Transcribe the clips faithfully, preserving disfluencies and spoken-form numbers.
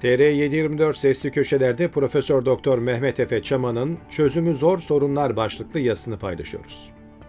T R yedi yirmi dört Sesli Köşeler'de Profesör Doktor Mehmet Efe Çaman'ın Çözümü Zor Sorunlar başlıklı yazısını paylaşıyoruz.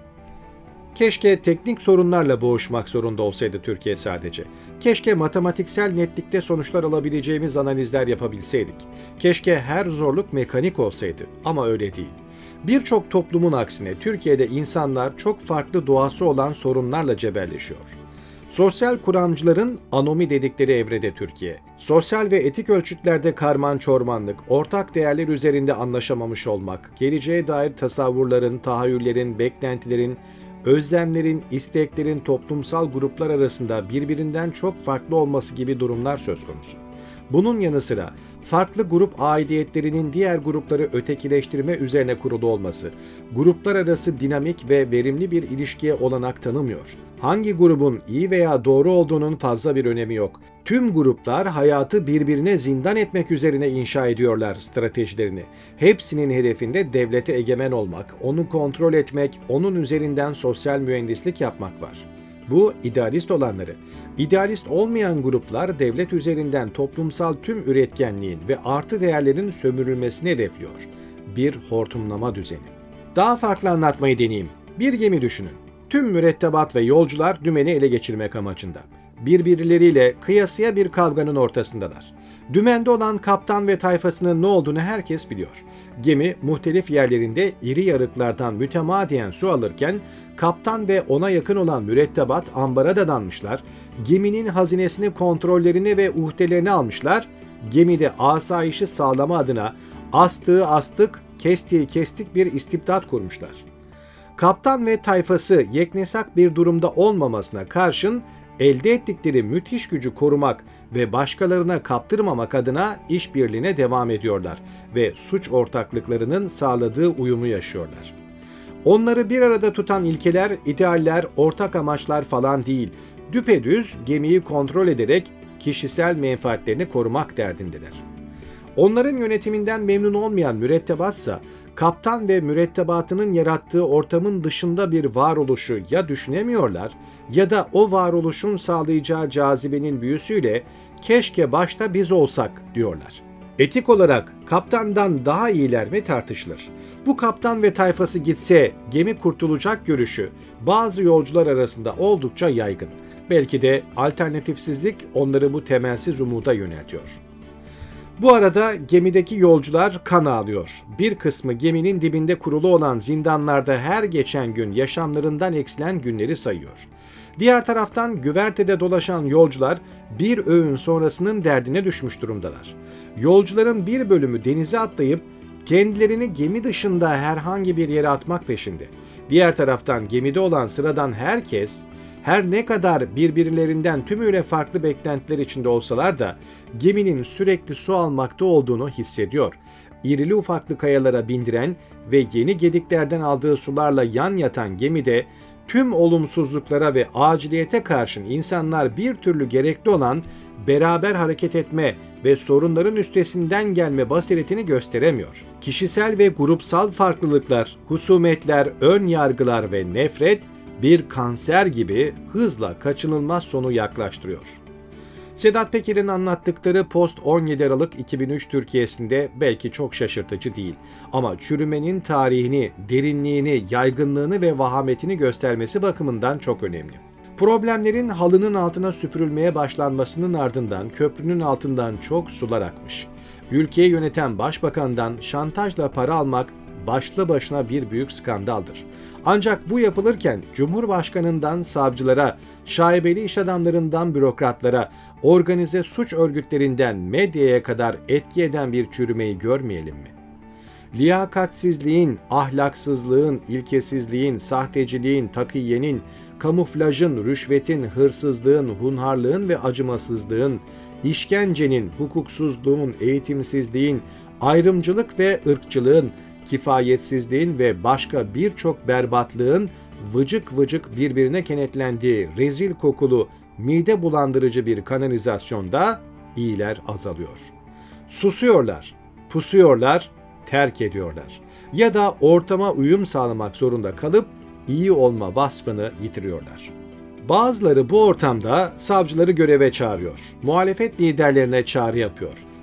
Keşke teknik sorunlarla boğuşmak zorunda olsaydı Türkiye sadece. Keşke matematiksel netlikte sonuçlar alabileceğimiz analizler yapabilseydik. Keşke her zorluk mekanik olsaydı ama öyle değil. Birçok toplumun aksine Türkiye'de insanlar çok farklı doğası olan sorunlarla cebelleşiyor. Sosyal kuramcıların anomi dedikleri evrede Türkiye. Sosyal ve etik ölçütlerde karman çormanlık, ortak değerler üzerinde anlaşamamış olmak, geleceğe dair tasavvurların, tahayyüllerin, beklentilerin, özlemlerin, isteklerin toplumsal gruplar arasında birbirinden çok farklı olması gibi durumlar söz konusu. Bunun yanı sıra farklı grup aidiyetlerinin diğer grupları ötekileştirme üzerine kurulu olması, gruplar arası dinamik ve verimli bir ilişkiye olanak tanımıyor. Hangi grubun iyi veya doğru olduğunun fazla bir önemi yok. Tüm gruplar hayatı birbirine zindan etmek üzerine inşa ediyorlar stratejilerini. Hepsinin hedefinde devlete egemen olmak, onu kontrol etmek, onun üzerinden sosyal mühendislik yapmak var. Bu idealist olanları. İdealist olmayan gruplar devlet üzerinden toplumsal tüm üretkenliğin ve artı değerlerin sömürülmesini hedefliyor. Bir hortumlama düzeni. Daha farklı anlatmayı deneyeyim. Bir gemi düşünün. Tüm mürettebat ve yolcular dümeni ele geçirmek amacında. Birbirleriyle kıyasıya bir kavganın ortasındalar. Dümende olan kaptan ve tayfasının ne olduğunu herkes biliyor. Gemi muhtelif yerlerinde iri yarıklardan mütemadiyen su alırken kaptan ve ona yakın olan mürettebat ambara dadanmışlar, geminin hazinesini, kontrollerini ve uhdelerini almışlar, gemide asayişi sağlama adına astığı astık, kestiği kestik bir istibdat kurmuşlar. Kaptan ve tayfası yeknesak bir durumda olmamasına karşın elde ettikleri müthiş gücü korumak ve başkalarına kaptırmamak adına işbirliğine devam ediyorlar ve suç ortaklıklarının sağladığı uyumu yaşıyorlar. Onları bir arada tutan ilkeler, idealler, ortak amaçlar falan değil, düpedüz gemiyi kontrol ederek kişisel menfaatlerini korumak derdindeler. Onların yönetiminden memnun olmayan mürettebatsa, kaptan ve mürettebatının yarattığı ortamın dışında bir varoluşu ya düşünemiyorlar ya da o varoluşun sağlayacağı cazibenin büyüsüyle keşke başta biz olsak diyorlar. Etik olarak kaptandan daha iyiler mi tartışılır. Bu kaptan ve tayfası gitse gemi kurtulacak görüşü bazı yolcular arasında oldukça yaygın. Belki de alternatifsizlik onları bu temelsiz umuda yöneltiyor. Bu arada gemideki yolcular kan ağlıyor. Bir kısmı geminin dibinde kurulu olan zindanlarda her geçen gün yaşamlarından eksilen günleri sayıyor. Diğer taraftan güvertede dolaşan yolcular bir öğün sonrasının derdine düşmüş durumdalar. Yolcuların bir bölümü denize atlayıp kendilerini gemi dışında herhangi bir yere atmak peşinde. Diğer taraftan gemide olan sıradan herkes, her ne kadar birbirlerinden tümüyle farklı beklentiler içinde olsalar da geminin sürekli su almakta olduğunu hissediyor. İrili ufaklı kayalara bindiren ve yeni gediklerden aldığı sularla yan yatan gemide tüm olumsuzluklara ve aciliyete karşın insanlar bir türlü gerekli olan beraber hareket etme ve sorunların üstesinden gelme basiretini gösteremiyor. Kişisel ve grupsal farklılıklar, husumetler, ön yargılar ve nefret bir kanser gibi hızla kaçınılmaz sonu yaklaştırıyor. Sedat Peker'in anlattıkları post on yedi Aralık iki bin üç Türkiye'sinde belki çok şaşırtıcı değil ama çürümenin tarihini, derinliğini, yaygınlığını ve vahametini göstermesi bakımından çok önemli. Problemlerin halının altına süpürülmeye başlanmasının ardından köprünün altından çok sular akmış. Ülkeyi yöneten başbakandan şantajla para almak başlı başına bir büyük skandaldır. Ancak bu yapılırken Cumhurbaşkanından savcılara, şaibeli iş adamlarından bürokratlara, organize suç örgütlerinden medyaya kadar etki eden bir çürümeyi görmeyelim mi? Liyakatsizliğin, ahlaksızlığın, ilkesizliğin, sahteciliğin, takiyenin, kamuflajın, rüşvetin, hırsızlığın, hunharlığın ve acımasızlığın, işkencenin, hukuksuzluğun, eğitimsizliğin, ayrımcılık ve ırkçılığın, kifayetsizliğin ve başka birçok berbatlığın vıcık vıcık birbirine kenetlendiği rezil kokulu, mide bulandırıcı bir kanalizasyonda iyiler azalıyor. Susuyorlar, pusuyorlar, terk ediyorlar. Ya da ortama uyum sağlamak zorunda kalıp iyi olma vasfını yitiriyorlar. Bazıları bu ortamda savcıları göreve çağırıyor, muhalefet liderlerine çağrı yapıyor.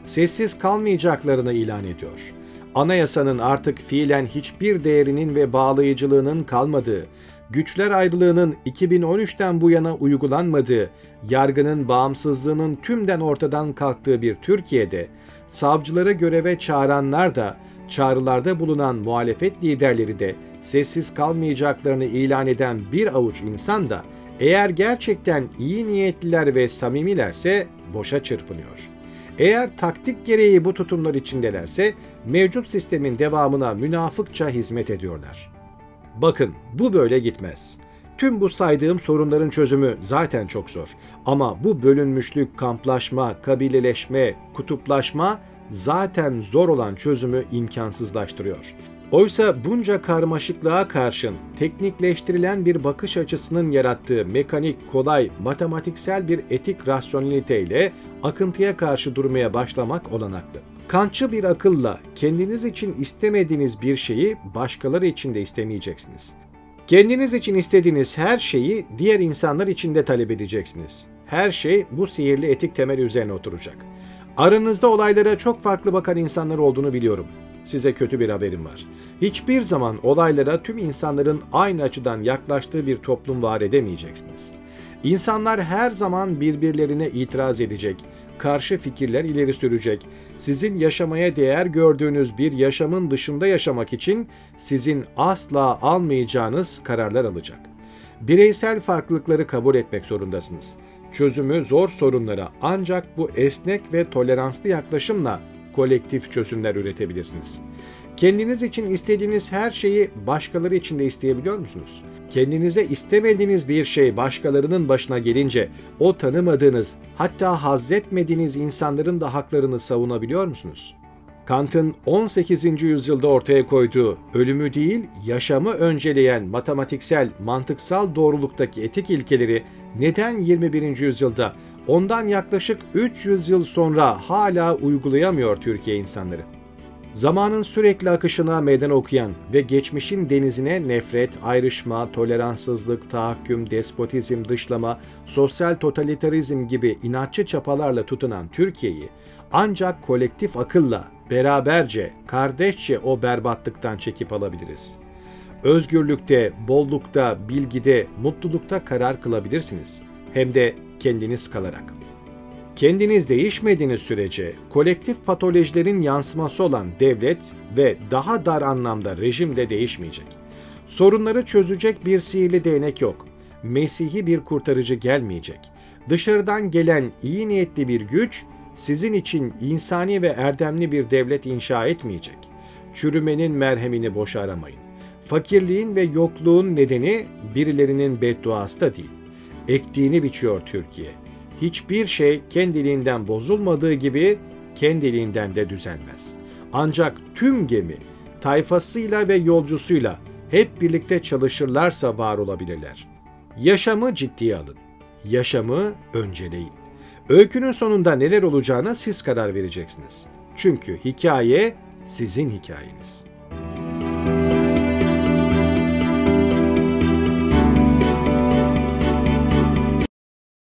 sessiz kalmayacaklarını ilan ediyor. Anayasanın artık fiilen hiçbir değerinin ve bağlayıcılığının kalmadığı, güçler ayrılığının iki bin on üçten bu yana uygulanmadığı, yargının bağımsızlığının tümden ortadan kalktığı bir Türkiye'de, savcıları göreve çağıranlar da, çağrılarda bulunan muhalefet liderleri de sessiz kalmayacaklarını ilan eden bir avuç insan da, eğer gerçekten iyi niyetliler ve samimilerse boşa çırpınıyor. Eğer taktik gereği bu tutumlar içindelerse mevcut sistemin devamına münafıkça hizmet ediyorlar. Bakın, bu böyle gitmez. Tüm bu saydığım sorunların çözümü zaten çok zor. Ama bu bölünmüşlük, kamplaşma, kabileleşme, kutuplaşma zaten zor olan çözümü imkansızlaştırıyor. Oysa bunca karmaşıklığa karşın teknikleştirilen bir bakış açısının yarattığı mekanik, kolay, matematiksel bir etik rasyoneliteyle akıntıya karşı durmaya başlamak olanaklı. Kantçı bir akılla kendiniz için istemediğiniz bir şeyi başkaları için de istemeyeceksiniz. Kendiniz için istediğiniz her şeyi diğer insanlar için de talep edeceksiniz. Her şey bu sihirli etik temel üzerine oturacak. Aranızda olaylara çok farklı bakan insanlar olduğunu biliyorum. Size kötü bir haberim var. Hiçbir zaman olaylara tüm insanların aynı açıdan yaklaştığı bir toplum var edemeyeceksiniz. İnsanlar her zaman birbirlerine itiraz edecek, karşı fikirler ileri sürecek, sizin yaşamaya değer gördüğünüz bir yaşamın dışında yaşamak için sizin asla almayacağınız kararlar alacak. Bireysel farklılıkları kabul etmek zorundasınız. Çözümü zor sorunlara ancak bu esnek ve toleranslı yaklaşımla kolektif çözümler üretebilirsiniz. Kendiniz için istediğiniz her şeyi başkaları için de isteyebiliyor musunuz? Kendinize istemediğiniz bir şey başkalarının başına gelince o tanımadığınız, hatta haz etmediğiniz insanların da haklarını savunabiliyor musunuz? Kant'ın on sekizinci yüzyılda ortaya koyduğu ölümü değil, yaşamı önceleyen matematiksel, mantıksal doğruluktaki etik ilkeleri neden yirmi birinci yüzyılda, ondan yaklaşık üç yüz yıl sonra hala uygulayamıyor Türkiye insanları? Zamanın sürekli akışına meydan okuyan ve geçmişin denizine nefret, ayrışma, toleranssızlık, tahakküm, despotizm, dışlama, sosyal totalitarizm gibi inatçı çapalarla tutunan Türkiye'yi ancak kolektif akılla, beraberce, kardeşçe o berbatlıktan çekip alabiliriz. Özgürlükte, bollukta, bilgide, mutlulukta karar kılabilirsiniz. Hem de kendiniz kalarak. Kendiniz değişmediğiniz sürece kolektif patolojilerin yansıması olan devlet ve daha dar anlamda rejim de değişmeyecek. Sorunları çözecek bir sihirli değnek yok. Mesihi bir kurtarıcı gelmeyecek. Dışarıdan gelen iyi niyetli bir güç sizin için insani ve erdemli bir devlet inşa etmeyecek. Çürümenin merhemini boşa aramayın. Fakirliğin ve yokluğun nedeni birilerinin bedduası da değil. Ektiğini biçiyor Türkiye. Hiçbir şey kendiliğinden bozulmadığı gibi kendiliğinden de düzelmez. Ancak tüm gemi tayfasıyla ve yolcusuyla hep birlikte çalışırlarsa var olabilirler. Yaşamı ciddiye alın. Yaşamı önceleyin. Öykünün sonunda neler olacağına siz karar vereceksiniz. Çünkü hikaye sizin hikayeniz.